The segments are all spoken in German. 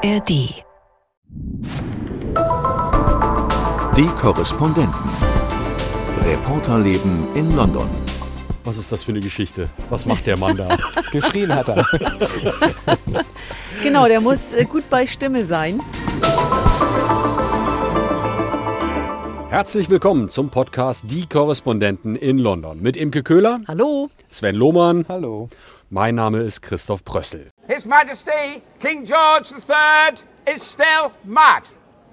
ARD. Die Korrespondenten. Reporterleben in London. Was ist das für eine Geschichte? Was macht der Mann da? Geschrien hat er. Genau, der muss gut bei Stimme sein. Herzlich willkommen zum Podcast Die Korrespondenten in London. Mit Imke Köhler. Hallo. Sven Lohmann. Hallo. Mein Name ist Christoph Brössel. His Majesty King George III is still mad.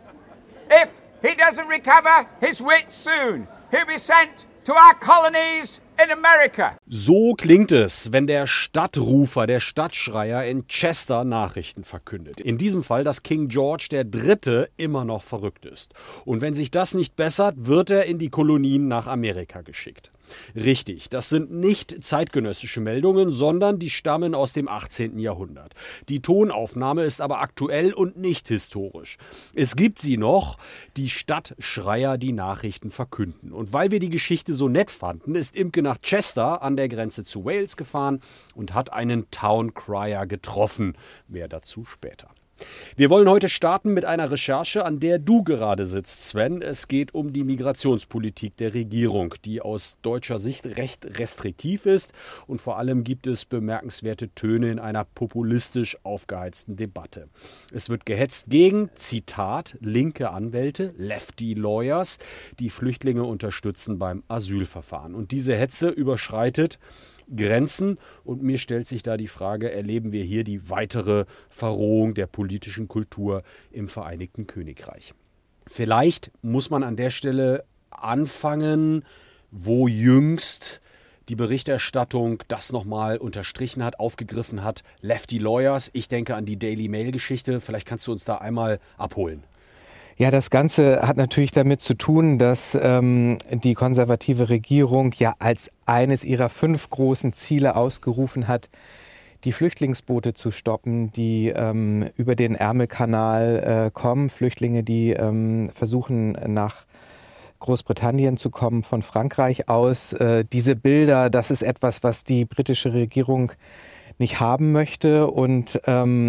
If he doesn't recover his wits soon, he'll be sent to our colonies in America. So klingt es, wenn der Stadtrufer, der Stadtschreier in Chester Nachrichten verkündet. In diesem Fall, dass King George III. Immer noch verrückt ist. Und wenn sich das nicht bessert, wird er in die Kolonien nach Amerika geschickt. Richtig, das sind nicht zeitgenössische Meldungen, sondern die stammen aus dem 18. Jahrhundert. Die Tonaufnahme ist aber aktuell und nicht historisch. Es gibt sie noch, die Stadtschreier, die Nachrichten verkünden. Und weil wir die Geschichte so nett fanden, ist Imke nach Chester an der Grenze zu Wales gefahren und hat einen Town Crier getroffen. Mehr dazu später. Wir wollen heute starten mit einer Recherche, an der du gerade sitzt, Sven. Es geht um die Migrationspolitik der Regierung, die aus deutscher Sicht recht restriktiv ist. Und vor allem gibt es bemerkenswerte Töne in einer populistisch aufgeheizten Debatte. Es wird gehetzt gegen, Zitat, linke Anwälte, Lefty Lawyers, die Flüchtlinge unterstützen beim Asylverfahren. Und diese Hetze überschreitet Grenzen und mir stellt sich da die Frage, erleben wir hier die weitere Verrohung der politischen Kultur im Vereinigten Königreich? Vielleicht muss man an der Stelle anfangen, wo jüngst die Berichterstattung das nochmal unterstrichen hat, aufgegriffen hat. Lefty Lawyers, ich denke an die Daily Mail-Geschichte, vielleicht kannst du uns da einmal abholen. Ja, das Ganze hat natürlich damit zu tun, dass die konservative Regierung ja als eines ihrer 5 großen Ziele ausgerufen hat, die Flüchtlingsboote zu stoppen, die über den Ärmelkanal kommen. Flüchtlinge, die versuchen nach Großbritannien zu kommen von Frankreich aus. Diese Bilder, das ist etwas, was die britische Regierung nicht haben möchte. Und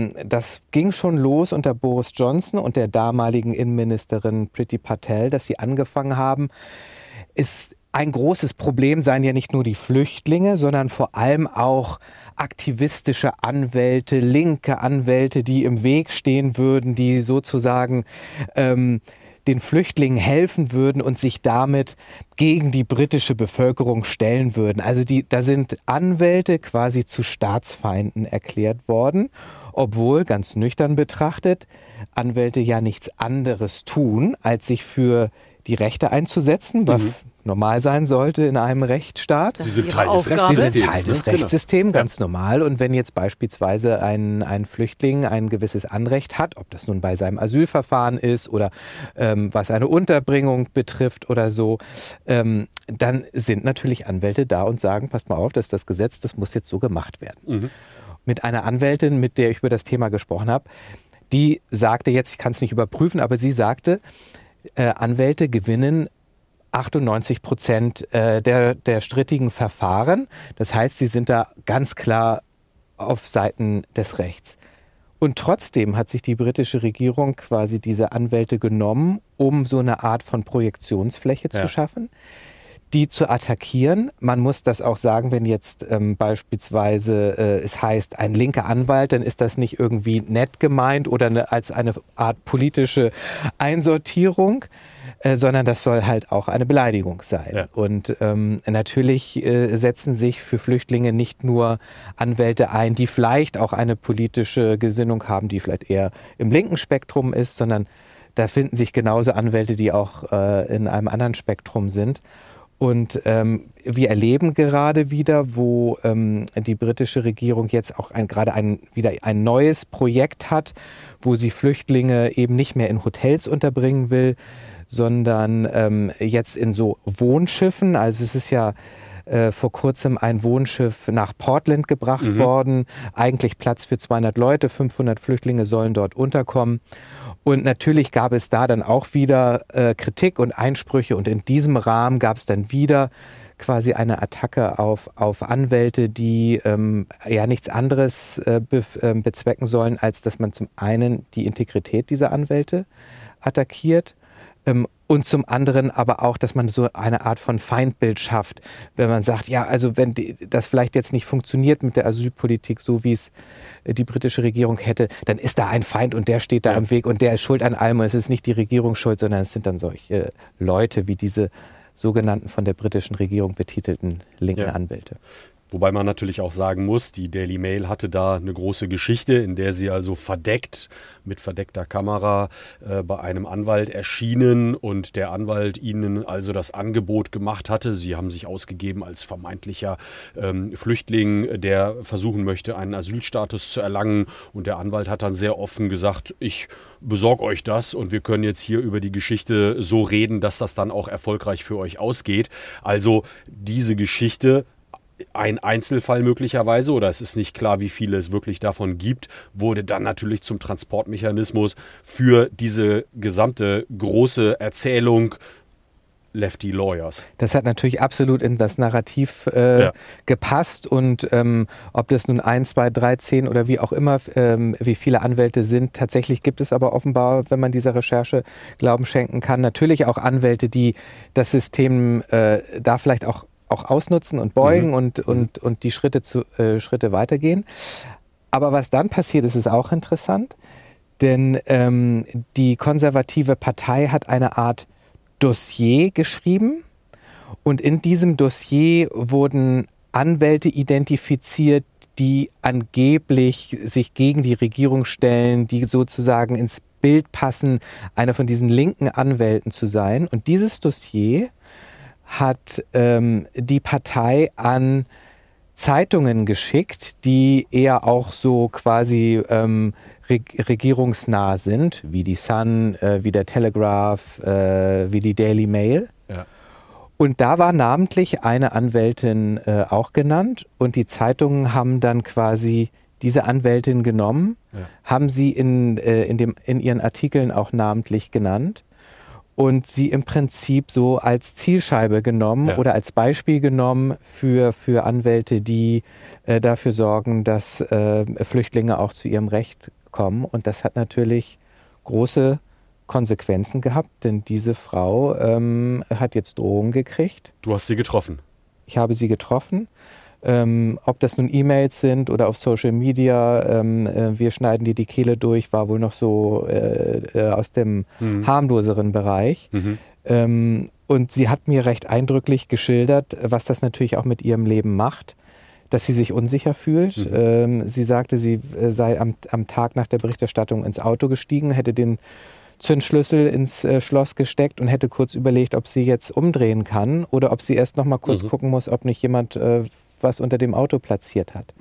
das ging schon los unter Boris Johnson und der damaligen Innenministerin Priti Patel, dass sie angefangen haben. Ist ein großes Problem seien ja nicht nur die Flüchtlinge, sondern vor allem auch aktivistische Anwälte, linke Anwälte, die im Weg stehen würden, die sozusagen den Flüchtlingen helfen würden und sich damit gegen die britische Bevölkerung stellen würden. Also da sind Anwälte quasi zu Staatsfeinden erklärt worden, obwohl, ganz nüchtern betrachtet, Anwälte ja nichts anderes tun, als sich für die Rechte einzusetzen, was normal sein sollte in einem Rechtsstaat. Sie sind Teil des Rechtssystems. Sie sind Teil des Rechtssystems, ganz normal. Und wenn jetzt beispielsweise ein Flüchtling ein gewisses Anrecht hat, ob das nun bei seinem Asylverfahren ist oder was eine Unterbringung betrifft oder so, dann sind natürlich Anwälte da und sagen, passt mal auf, das ist das Gesetz, das muss jetzt so gemacht werden. Mhm. Mit einer Anwältin, mit der ich über das Thema gesprochen habe, die sagte jetzt, ich kann es nicht überprüfen, aber sie sagte, Anwälte gewinnen 98% der strittigen Verfahren. Das heißt, sie sind da ganz klar auf Seiten des Rechts. Und trotzdem hat sich die britische Regierung quasi diese Anwälte genommen, um so eine Art von Projektionsfläche zu schaffen, die zu attackieren. Man muss das auch sagen, wenn jetzt beispielsweise es heißt, ein linker Anwalt, dann ist das nicht irgendwie nett gemeint oder als eine Art politische Einsortierung, sondern das soll halt auch eine Beleidigung sein. Ja. Und natürlich setzen sich für Flüchtlinge nicht nur Anwälte ein, die vielleicht auch eine politische Gesinnung haben, die vielleicht eher im linken Spektrum ist, sondern da finden sich genauso Anwälte, die auch in einem anderen Spektrum sind. Und wir erleben gerade wieder, wo die britische Regierung jetzt auch gerade wieder ein neues Projekt hat, wo sie Flüchtlinge eben nicht mehr in Hotels unterbringen will, sondern jetzt in so Wohnschiffen. Also es ist ja vor kurzem ein Wohnschiff nach Portland gebracht worden. Eigentlich Platz für 200 Leute, 500 Flüchtlinge sollen dort unterkommen. Und natürlich gab es da dann auch wieder Kritik und Einsprüche. Und in diesem Rahmen gab es dann wieder quasi eine Attacke auf Anwälte, die ja nichts anderes bezwecken sollen, als dass man zum einen die Integrität dieser Anwälte attackiert und zum anderen aber auch, dass man so eine Art von Feindbild schafft, wenn man sagt, ja, also wenn das vielleicht jetzt nicht funktioniert mit der Asylpolitik, so wie es die britische Regierung hätte, dann ist da ein Feind und der steht da im Weg und der ist schuld an allem und es ist nicht die Regierung schuld, sondern es sind dann solche Leute wie diese sogenannten von der britischen Regierung betitelten linken Anwälte. Wobei man natürlich auch sagen muss, die Daily Mail hatte da eine große Geschichte, in der sie also verdeckt, mit verdeckter Kamera bei einem Anwalt erschienen und der Anwalt ihnen also das Angebot gemacht hatte. Sie haben sich ausgegeben als vermeintlicher Flüchtling, der versuchen möchte, einen Asylstatus zu erlangen. Und der Anwalt hat dann sehr offen gesagt, ich besorge euch das und wir können jetzt hier über die Geschichte so reden, dass das dann auch erfolgreich für euch ausgeht. Also diese Geschichte, ein Einzelfall möglicherweise, oder es ist nicht klar, wie viele es wirklich davon gibt, wurde dann natürlich zum Transportmechanismus für diese gesamte große Erzählung Lefty Lawyers. Das hat natürlich absolut in das Narrativ gepasst und ob das nun 1, 2, 3, 10 oder wie auch immer, wie viele Anwälte sind, tatsächlich gibt es aber offenbar, wenn man dieser Recherche Glauben schenken kann, natürlich auch Anwälte, die das System da vielleicht auch ausnutzen und beugen und die Schritte weitergehen. Aber was dann passiert ist, ist auch interessant, denn die konservative Partei hat eine Art Dossier geschrieben und in diesem Dossier wurden Anwälte identifiziert, die angeblich sich gegen die Regierung stellen, die sozusagen ins Bild passen, einer von diesen linken Anwälten zu sein. Und dieses Dossier hat die Partei an Zeitungen geschickt, die eher auch so quasi regierungsnah sind, wie die Sun, wie der Telegraph, wie die Daily Mail. Ja. Und da war namentlich eine Anwältin auch genannt und die Zeitungen haben dann quasi diese Anwältin genommen, haben sie in ihren Artikeln auch namentlich genannt und sie im Prinzip so als Zielscheibe genommen oder als Beispiel genommen für Anwälte, die dafür sorgen, dass Flüchtlinge auch zu ihrem Recht kommen. Und das hat natürlich große Konsequenzen gehabt, denn diese Frau hat jetzt Drohungen gekriegt. Du hast sie getroffen? Ich habe sie getroffen. Ob das nun E-Mails sind oder auf Social Media, wir schneiden dir die Kehle durch, war wohl noch so aus dem harmloseren Bereich. Und sie hat mir recht eindrücklich geschildert, was das natürlich auch mit ihrem Leben macht, dass sie sich unsicher fühlt. Sie sagte, sie sei am Tag nach der Berichterstattung ins Auto gestiegen, hätte den Zündschlüssel ins Schloss gesteckt und hätte kurz überlegt, ob sie jetzt umdrehen kann oder ob sie erst noch mal kurz gucken muss, ob nicht jemand was unter dem Auto platziert hat.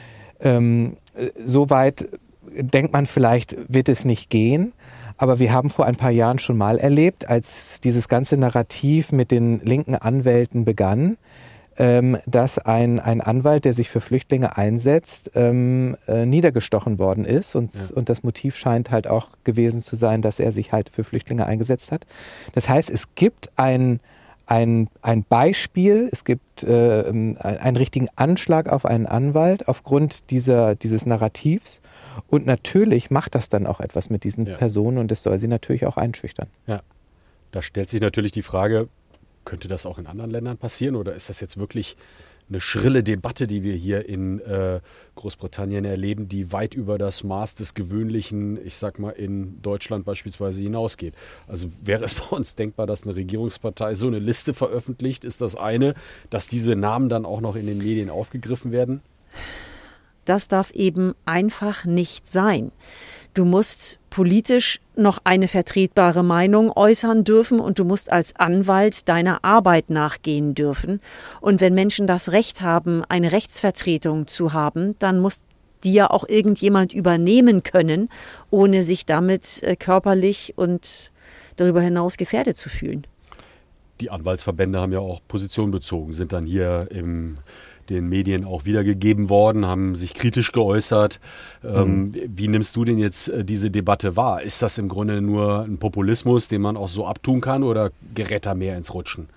Soweit denkt man vielleicht, wird es nicht gehen. Aber wir haben vor ein paar Jahren schon mal erlebt, als dieses ganze Narrativ mit den linken Anwälten begann, dass ein Anwalt, der sich für Flüchtlinge einsetzt, niedergestochen worden ist. Und das Motiv scheint halt auch gewesen zu sein, dass er sich halt für Flüchtlinge eingesetzt hat. Das heißt, es gibt ein Beispiel, es gibt einen richtigen Anschlag auf einen Anwalt aufgrund dieses Narrativs. Und natürlich macht das dann auch etwas mit diesen Personen und das soll sie natürlich auch einschüchtern. Ja, da stellt sich natürlich die Frage, könnte das auch in anderen Ländern passieren oder ist das jetzt wirklich eine schrille Debatte, die wir hier in Großbritannien erleben, die weit über das Maß des Gewöhnlichen, ich sag mal, in Deutschland beispielsweise hinausgeht. Also wäre es bei uns denkbar, dass eine Regierungspartei so eine Liste veröffentlicht, ist das eine, dass diese Namen dann auch noch in den Medien aufgegriffen werden? Das darf eben einfach nicht sein. Du musst politisch noch eine vertretbare Meinung äußern dürfen und du musst als Anwalt deiner Arbeit nachgehen dürfen. Und wenn Menschen das Recht haben, eine Rechtsvertretung zu haben, dann muss die ja auch irgendjemand übernehmen können, ohne sich damit körperlich und darüber hinaus gefährdet zu fühlen. Die Anwaltsverbände haben ja auch Position bezogen, sind dann hier den Medien auch wiedergegeben worden, haben sich kritisch geäußert. Wie nimmst du denn jetzt diese Debatte wahr? Ist das im Grunde nur ein Populismus, den man auch so abtun kann oder gerät da mehr ins Rutschen?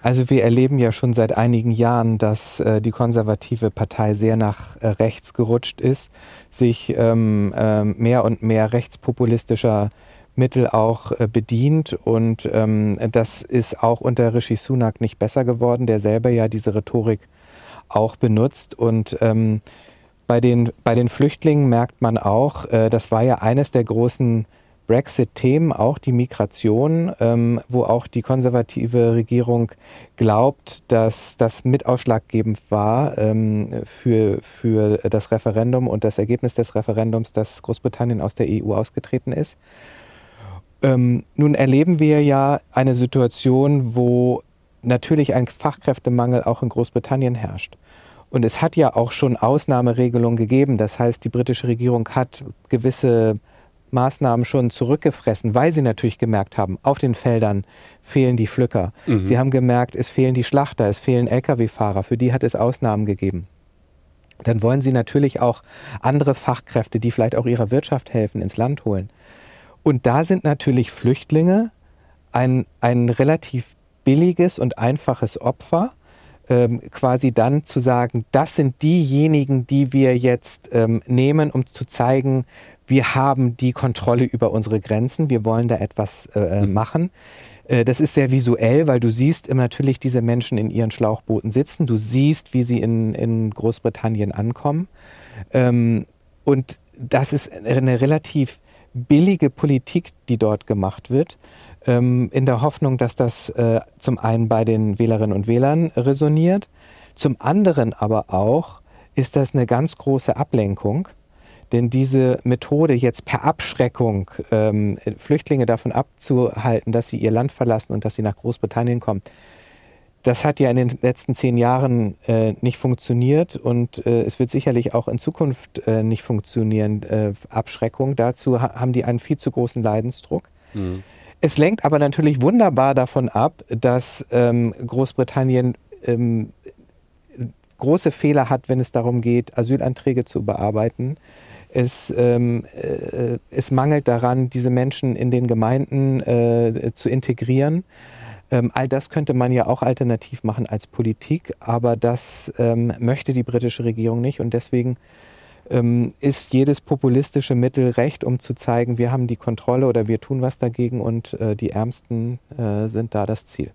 Also wir erleben ja schon seit einigen Jahren, dass die konservative Partei sehr nach rechts gerutscht ist, sich mehr und mehr rechtspopulistischer Mittel auch bedient und das ist auch unter Rishi Sunak nicht besser geworden, der selber ja diese Rhetorik auch benutzt und bei den Flüchtlingen merkt man auch, das war ja eines der großen Brexit-Themen, auch die Migration, wo auch die konservative Regierung glaubt, dass das mit ausschlaggebend war für das Referendum und das Ergebnis des Referendums, dass Großbritannien aus der EU ausgetreten ist. Nun erleben wir ja eine Situation, wo natürlich ein Fachkräftemangel auch in Großbritannien herrscht. Und es hat ja auch schon Ausnahmeregelungen gegeben. Das heißt, die britische Regierung hat gewisse Maßnahmen schon zurückgefressen, weil sie natürlich gemerkt haben, auf den Feldern fehlen die Pflücker. Mhm. Sie haben gemerkt, es fehlen die Schlachter, es fehlen Lkw-Fahrer. Für die hat es Ausnahmen gegeben. Dann wollen sie natürlich auch andere Fachkräfte, die vielleicht auch ihrer Wirtschaft helfen, ins Land holen. Und da sind natürlich Flüchtlinge ein relativ billiges und einfaches Opfer, quasi dann zu sagen, das sind diejenigen, die wir jetzt nehmen, um zu zeigen, wir haben die Kontrolle über unsere Grenzen, wir wollen da etwas machen. Das ist sehr visuell, weil du siehst natürlich diese Menschen in ihren Schlauchbooten sitzen, du siehst, wie sie in Großbritannien ankommen. Und das ist eine relativ billige Politik, die dort gemacht wird, in der Hoffnung, dass das zum einen bei den Wählerinnen und Wählern resoniert, zum anderen aber auch ist das eine ganz große Ablenkung, denn diese Methode jetzt per Abschreckung Flüchtlinge davon abzuhalten, dass sie ihr Land verlassen und dass sie nach Großbritannien kommen, das hat ja in den letzten 10 Jahren nicht funktioniert und es wird sicherlich auch in Zukunft nicht funktionieren, Abschreckung. Dazu haben die einen viel zu großen Leidensdruck. Mhm. Es lenkt aber natürlich wunderbar davon ab, dass Großbritannien große Fehler hat, wenn es darum geht, Asylanträge zu bearbeiten. Es mangelt daran, diese Menschen in den Gemeinden zu integrieren. All das könnte man ja auch alternativ machen als Politik, aber das möchte die britische Regierung nicht und deswegen ist jedes populistische Mittel recht, um zu zeigen, wir haben die Kontrolle oder wir tun was dagegen und die Ärmsten sind da das Ziel.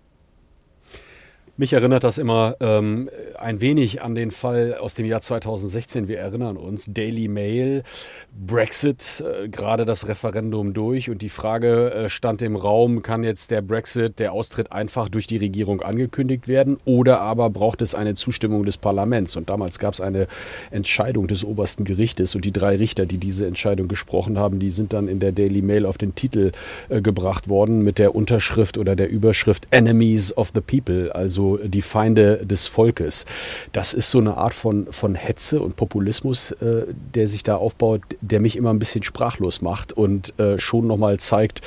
Mich erinnert das immer ein wenig an den Fall aus dem Jahr 2016. Wir erinnern uns, Daily Mail, Brexit, gerade das Referendum durch und die Frage stand im Raum, kann jetzt der Brexit, der Austritt einfach durch die Regierung angekündigt werden oder aber braucht es eine Zustimmung des Parlaments? Und damals gab es eine Entscheidung des obersten Gerichtes und die 3 Richter, die diese Entscheidung gesprochen haben, die sind dann in der Daily Mail auf den Titel gebracht worden mit der Unterschrift oder der Überschrift Enemies of the People, also die Feinde des Volkes. Das ist so eine Art von Hetze und Populismus, der sich da aufbaut, der mich immer ein bisschen sprachlos macht und schon nochmal zeigt,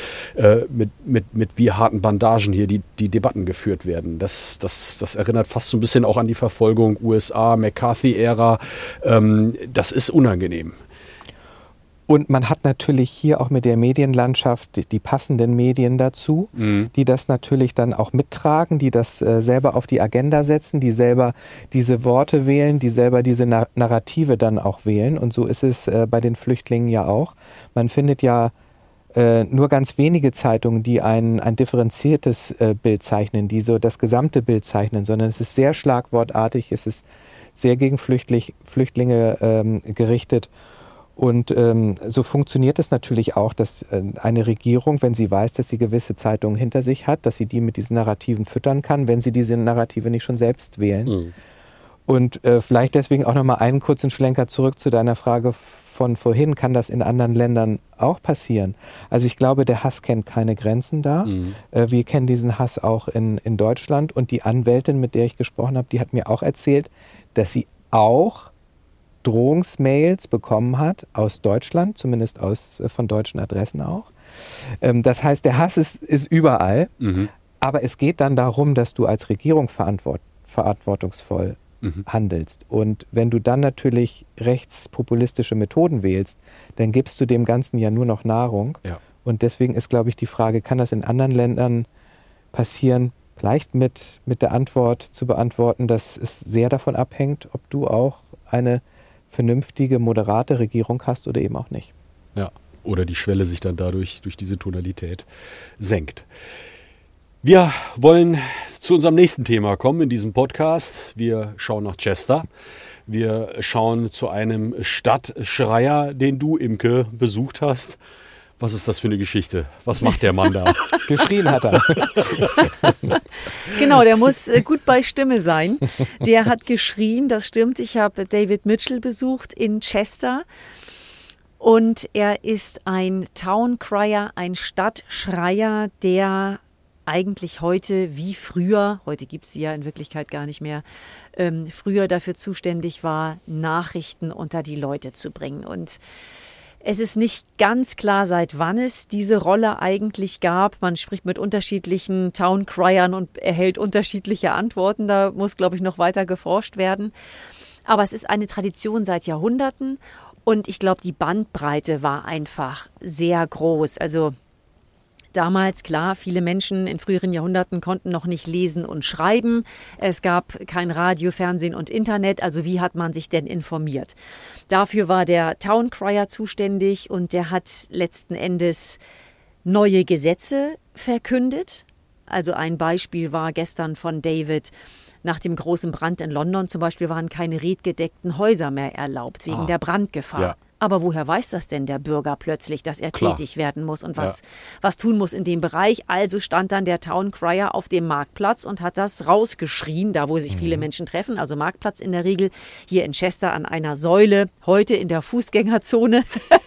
mit wie harten Bandagen hier die Debatten geführt werden. Das erinnert fast so ein bisschen auch an die Verfolgung USA, McCarthy-Ära. Das ist unangenehm. Und man hat natürlich hier auch mit der Medienlandschaft die passenden Medien dazu, die das natürlich dann auch mittragen, die das selber auf die Agenda setzen, die selber diese Worte wählen, die selber diese Narrative dann auch wählen. Und so ist es bei den Flüchtlingen ja auch. Man findet ja nur ganz wenige Zeitungen, die ein differenziertes Bild zeichnen, die so das gesamte Bild zeichnen, sondern es ist sehr schlagwortartig, es ist sehr gegen Flüchtlinge gerichtet. Und so funktioniert es natürlich auch, dass eine Regierung, wenn sie weiß, dass sie gewisse Zeitungen hinter sich hat, dass sie die mit diesen Narrativen füttern kann, wenn sie diese Narrative nicht schon selbst wählen. Mhm. Und vielleicht deswegen auch nochmal einen kurzen Schlenker zurück zu deiner Frage von vorhin, kann das in anderen Ländern auch passieren? Also ich glaube, der Hass kennt keine Grenzen da. Mhm. Wir kennen diesen Hass auch in Deutschland und die Anwältin, mit der ich gesprochen habe, die hat mir auch erzählt, dass sie auch Drohungsmails bekommen hat aus Deutschland, zumindest von deutschen Adressen auch. Das heißt, der Hass ist überall, aber es geht dann darum, dass du als Regierung verantwortungsvoll handelst. Und wenn du dann natürlich rechtspopulistische Methoden wählst, dann gibst du dem Ganzen ja nur noch Nahrung. Ja. Und deswegen ist, glaube ich, die Frage, kann das in anderen Ländern passieren? vielleicht mit der Antwort zu beantworten, dass es sehr davon abhängt, ob du auch eine vernünftige, moderate Regierung hast oder eben auch nicht. Ja, oder die Schwelle sich dann dadurch durch diese Tonalität senkt. Wir wollen zu unserem nächsten Thema kommen in diesem Podcast. Wir schauen nach Chester. Wir schauen zu einem Stadtschreier, den du, Imke, besucht hast. Was ist das für eine Geschichte? Was macht der Mann da? Geschrien hat er. Genau, der muss gut bei Stimme sein. Der hat geschrien, das stimmt. Ich habe David Mitchell besucht in Chester. Und er ist ein Town Crier, ein Stadtschreier, der eigentlich heute wie früher, heute gibt es sie ja in Wirklichkeit gar nicht mehr, früher dafür zuständig war, Nachrichten unter die Leute zu bringen. Und es ist nicht ganz klar, seit wann es diese Rolle eigentlich gab. Man spricht mit unterschiedlichen Town-Criern und erhält unterschiedliche Antworten. Da muss, glaube ich, noch weiter geforscht werden. Aber es ist eine Tradition seit Jahrhunderten. Und ich glaube, die Bandbreite war einfach sehr groß. Also damals, klar, viele Menschen in früheren Jahrhunderten konnten noch nicht lesen und schreiben. Es gab kein Radio, Fernsehen und Internet. Also wie hat man sich denn informiert? Dafür war der Town Crier zuständig und der hat letzten Endes neue Gesetze verkündet. Also ein Beispiel war gestern von David: Nach dem großen Brand in London zum Beispiel waren keine redgedeckten Häuser mehr erlaubt wegen der Brandgefahr. Ja. Aber woher weiß das denn der Bürger plötzlich, dass er tätig werden muss und was tun muss in dem Bereich? Also stand dann der Town Crier auf dem Marktplatz und hat das rausgeschrien, da wo sich viele Menschen treffen. Also Marktplatz in der Regel hier in Chester an einer Säule, heute in der Fußgängerzone.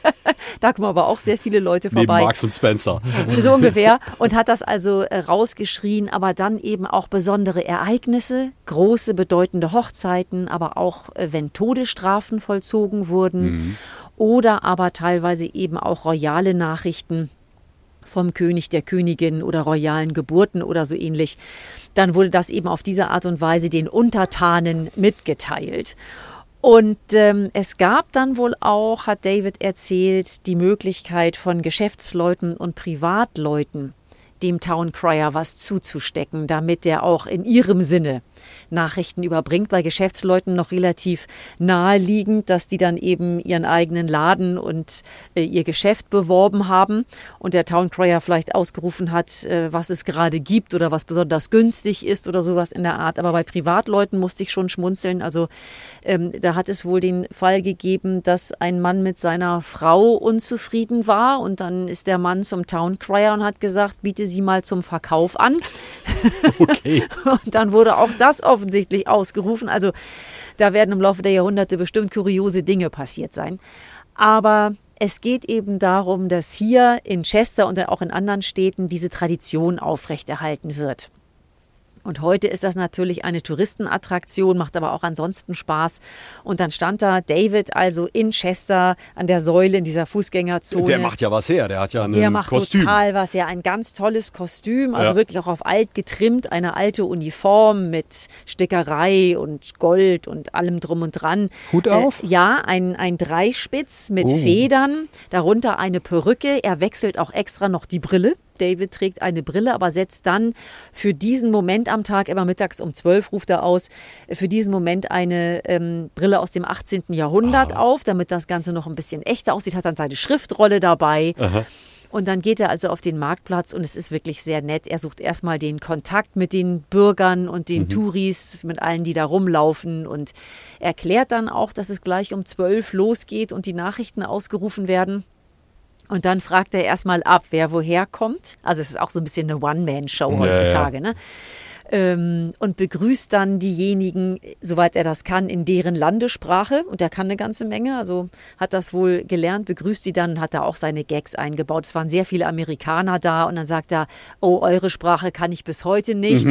Da kommen aber auch sehr viele Leute vorbei. Neben Marks und Spencer. So ungefähr. Und hat das also rausgeschrien, aber dann eben auch besondere Ereignisse, große, bedeutende Hochzeiten, aber auch, wenn Todesstrafen vollzogen wurden. Oder aber teilweise eben auch royale Nachrichten vom König, der Königin oder royalen Geburten oder so ähnlich. Dann wurde das eben auf diese Art und Weise den Untertanen mitgeteilt. Und es gab dann wohl auch, hat David erzählt, die Möglichkeit von Geschäftsleuten und Privatleuten dem Town Crier was zuzustecken, damit der auch in ihrem Sinne Nachrichten überbringt. Bei Geschäftsleuten noch relativ naheliegend, dass die dann eben ihren eigenen Laden und ihr Geschäft beworben haben und der Town Crier vielleicht ausgerufen hat, was es gerade gibt oder was besonders günstig ist oder sowas in der Art. Aber bei Privatleuten musste ich schon schmunzeln. Also da hat es wohl den Fall gegeben, dass ein Mann mit seiner Frau unzufrieden war und dann ist der Mann zum Town Crier und hat gesagt, biete sie mal zum Verkauf an. Okay. Und dann wurde auch das offensichtlich ausgerufen. Also da werden im Laufe der Jahrhunderte bestimmt kuriose Dinge passiert sein. Aber es geht eben darum, dass hier in Chester und auch in anderen Städten diese Tradition aufrechterhalten wird. Und heute ist das natürlich eine Touristenattraktion, macht aber auch ansonsten Spaß. Und dann stand da David also in Chester an der Säule in dieser Fußgängerzone. Der macht ja was her, der hat ja ein Kostüm. Der macht total was, ja, ein ganz tolles Kostüm, also wirklich auch auf alt getrimmt, eine alte Uniform mit Stickerei und Gold und allem drum und dran. Hut auf? Ja, ein Dreispitz mit Federn, darunter eine Perücke, er wechselt auch extra noch die Brille. David trägt eine Brille, aber setzt dann für diesen Moment am Tag, immer mittags um 12 ruft er aus, für diesen Moment eine Brille aus dem 18. Jahrhundert auf, damit das Ganze noch ein bisschen echter aussieht, hat dann seine Schriftrolle dabei. Aha. Und dann geht er also auf den Marktplatz und es ist wirklich sehr nett. Er sucht erstmal den Kontakt mit den Bürgern und den Touris, mit allen, die da rumlaufen und erklärt dann auch, dass es gleich um 12 losgeht und die Nachrichten ausgerufen werden. Und dann fragt er erstmal ab, wer woher kommt. Also es ist auch so ein bisschen eine One-Man-Show heutzutage, ne? Und begrüßt dann diejenigen, soweit er das kann, in deren Landessprache. Und er kann eine ganze Menge, also hat das wohl gelernt, begrüßt die dann und hat da auch seine Gags eingebaut. Es waren sehr viele Amerikaner da und dann sagt er, oh, eure Sprache kann ich bis heute nicht.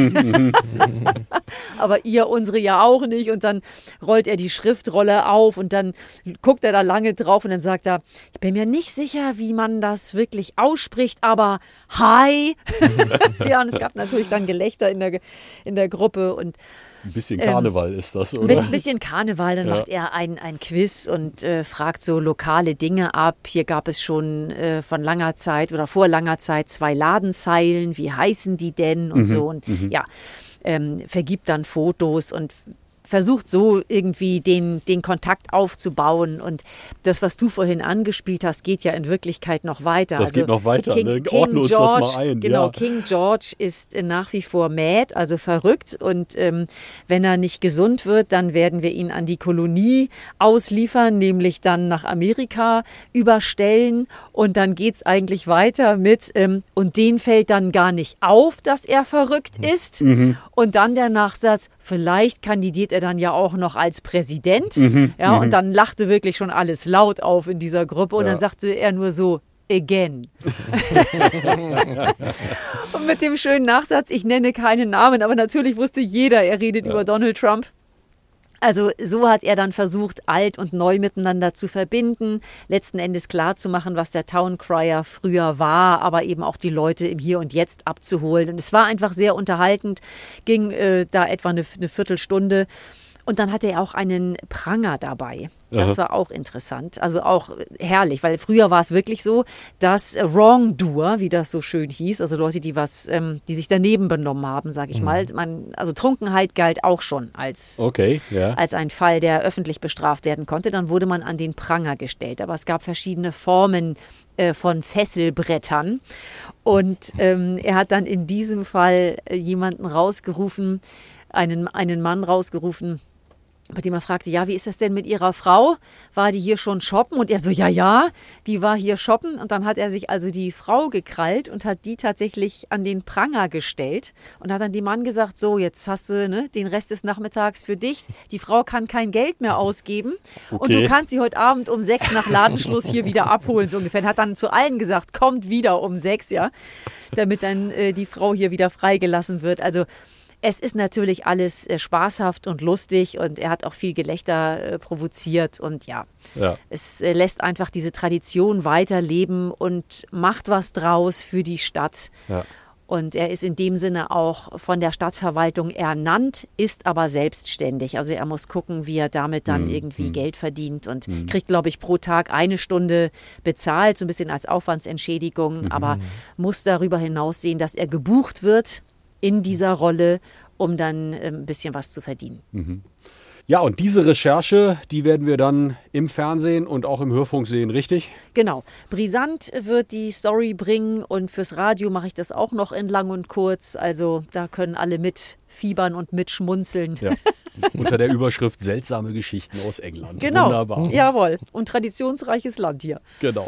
Aber ihr unsere ja auch nicht. Und dann rollt er die Schriftrolle auf und dann guckt er da lange drauf und dann sagt er, ich bin mir nicht sicher, wie man das wirklich ausspricht, aber hi. Ja, und es gab natürlich dann Gelächter in der in der Gruppe. Und ein bisschen Karneval ist das, oder? Ein bisschen Karneval, dann macht er ein Quiz und fragt so lokale Dinge ab. Hier gab es schon vor langer Zeit 2 Ladenzeilen, wie heißen die denn und so. Und vergibt dann Fotos und versucht so irgendwie den Kontakt aufzubauen. Und das, was du vorhin angespielt hast, geht ja in Wirklichkeit noch weiter. Das geht noch weiter, Ordne uns das mal ein. Genau, ja. King George ist nach wie vor mad, also verrückt. Und wenn er nicht gesund wird, dann werden wir ihn an die Kolonie ausliefern, nämlich dann nach Amerika überstellen. Und dann geht es eigentlich weiter mit, und denen fällt dann gar nicht auf, dass er verrückt ist. Und dann der Nachsatz, vielleicht kandidiert er dann ja auch noch als Präsident. Und dann lachte wirklich schon alles laut auf in dieser Gruppe. Und dann sagte er nur so, again. Und mit dem schönen Nachsatz, ich nenne keinen Namen, aber natürlich wusste jeder, er redet über Donald Trump. Also so hat er dann versucht, alt und neu miteinander zu verbinden, letzten Endes klarzumachen, was der Town Crier früher war, aber eben auch die Leute im Hier und Jetzt abzuholen. Und es war einfach sehr unterhaltend, ging da etwa eine Viertelstunde. Und dann hatte er auch einen Pranger dabei. Das war auch interessant, also auch herrlich, weil früher war es wirklich so, dass Wrongdoer, wie das so schön hieß, also Leute, die sich daneben benommen haben, sage ich mal, also Trunkenheit galt auch schon als ein Fall, der öffentlich bestraft werden konnte. Dann wurde man an den Pranger gestellt, aber es gab verschiedene Formen von Fesselbrettern und er hat dann in diesem Fall jemanden rausgerufen, einen Mann rausgerufen, bei dem er fragte, ja, wie ist das denn mit Ihrer Frau? War die hier schon shoppen? Und er so, ja, die war hier shoppen. Und dann hat er sich also die Frau gekrallt und hat die tatsächlich an den Pranger gestellt und hat dann dem Mann gesagt, so, jetzt hast du den Rest des Nachmittags für dich. Die Frau kann kein Geld mehr ausgeben und du kannst sie heute Abend um 6 nach Ladenschluss hier wieder abholen, so ungefähr. Und hat dann zu allen gesagt, kommt wieder um 6, damit dann die Frau hier wieder freigelassen wird. Also es ist natürlich alles spaßhaft und lustig und er hat auch viel Gelächter provoziert und es lässt einfach diese Tradition weiterleben und macht was draus für die Stadt. Ja. Und er ist in dem Sinne auch von der Stadtverwaltung ernannt, ist aber selbstständig. Also er muss gucken, wie er damit dann irgendwie Geld verdient und kriegt, glaube ich, pro Tag 1 Stunde bezahlt, so ein bisschen als Aufwandsentschädigung, aber muss darüber hinaus sehen, dass er gebucht wird in dieser Rolle, um dann ein bisschen was zu verdienen. Ja, und diese Recherche, die werden wir dann im Fernsehen und auch im Hörfunk sehen, richtig? Genau. Brisant wird die Story bringen und fürs Radio mache ich das auch noch in lang und kurz. Also da können alle mitfiebern und mitschmunzeln. Ja. Unter der Überschrift seltsame Geschichten aus England. Genau. Wunderbar. Jawohl. Und traditionsreiches Land hier. Genau.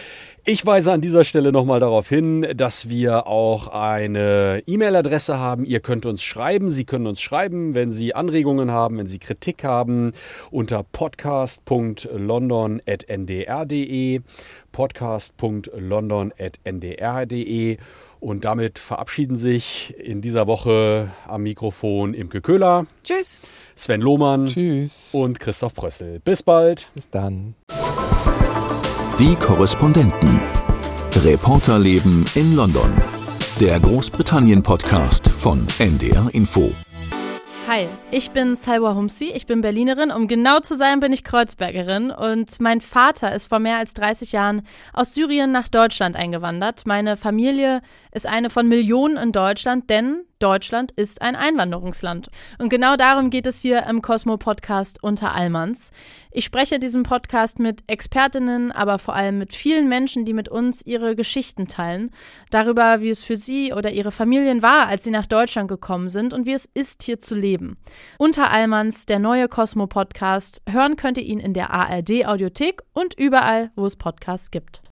Ich weise an dieser Stelle nochmal darauf hin, dass wir auch eine E-Mail-Adresse haben. Ihr könnt uns schreiben. Sie können uns schreiben, wenn Sie Anregungen haben, wenn Sie Kritik haben, unter podcast.london@ndr.de, podcast.london@ndr.de. Und damit verabschieden sich in dieser Woche am Mikrofon Imke Köhler. Tschüss. Sven Lohmann. Tschüss. Und Christoph Brössel. Bis bald. Bis dann. Die Korrespondenten. Reporterleben in London. Der Großbritannien-Podcast von NDR Info. Hi, ich bin Salwa Humsi, ich bin Berlinerin, um genau zu sein, bin ich Kreuzbergerin und mein Vater ist vor mehr als 30 Jahren aus Syrien nach Deutschland eingewandert. Meine Familie ist eine von Millionen in Deutschland, denn Deutschland ist ein Einwanderungsland. Und genau darum geht es hier im Cosmo-Podcast Unter Allmanns. Ich spreche in diesem Podcast mit Expertinnen, aber vor allem mit vielen Menschen, die mit uns ihre Geschichten teilen. Darüber, wie es für sie oder ihre Familien war, als sie nach Deutschland gekommen sind und wie es ist, hier zu leben. Unter Allmanns, der neue Cosmo-Podcast. Hören könnt ihr ihn in der ARD-Audiothek und überall, wo es Podcasts gibt.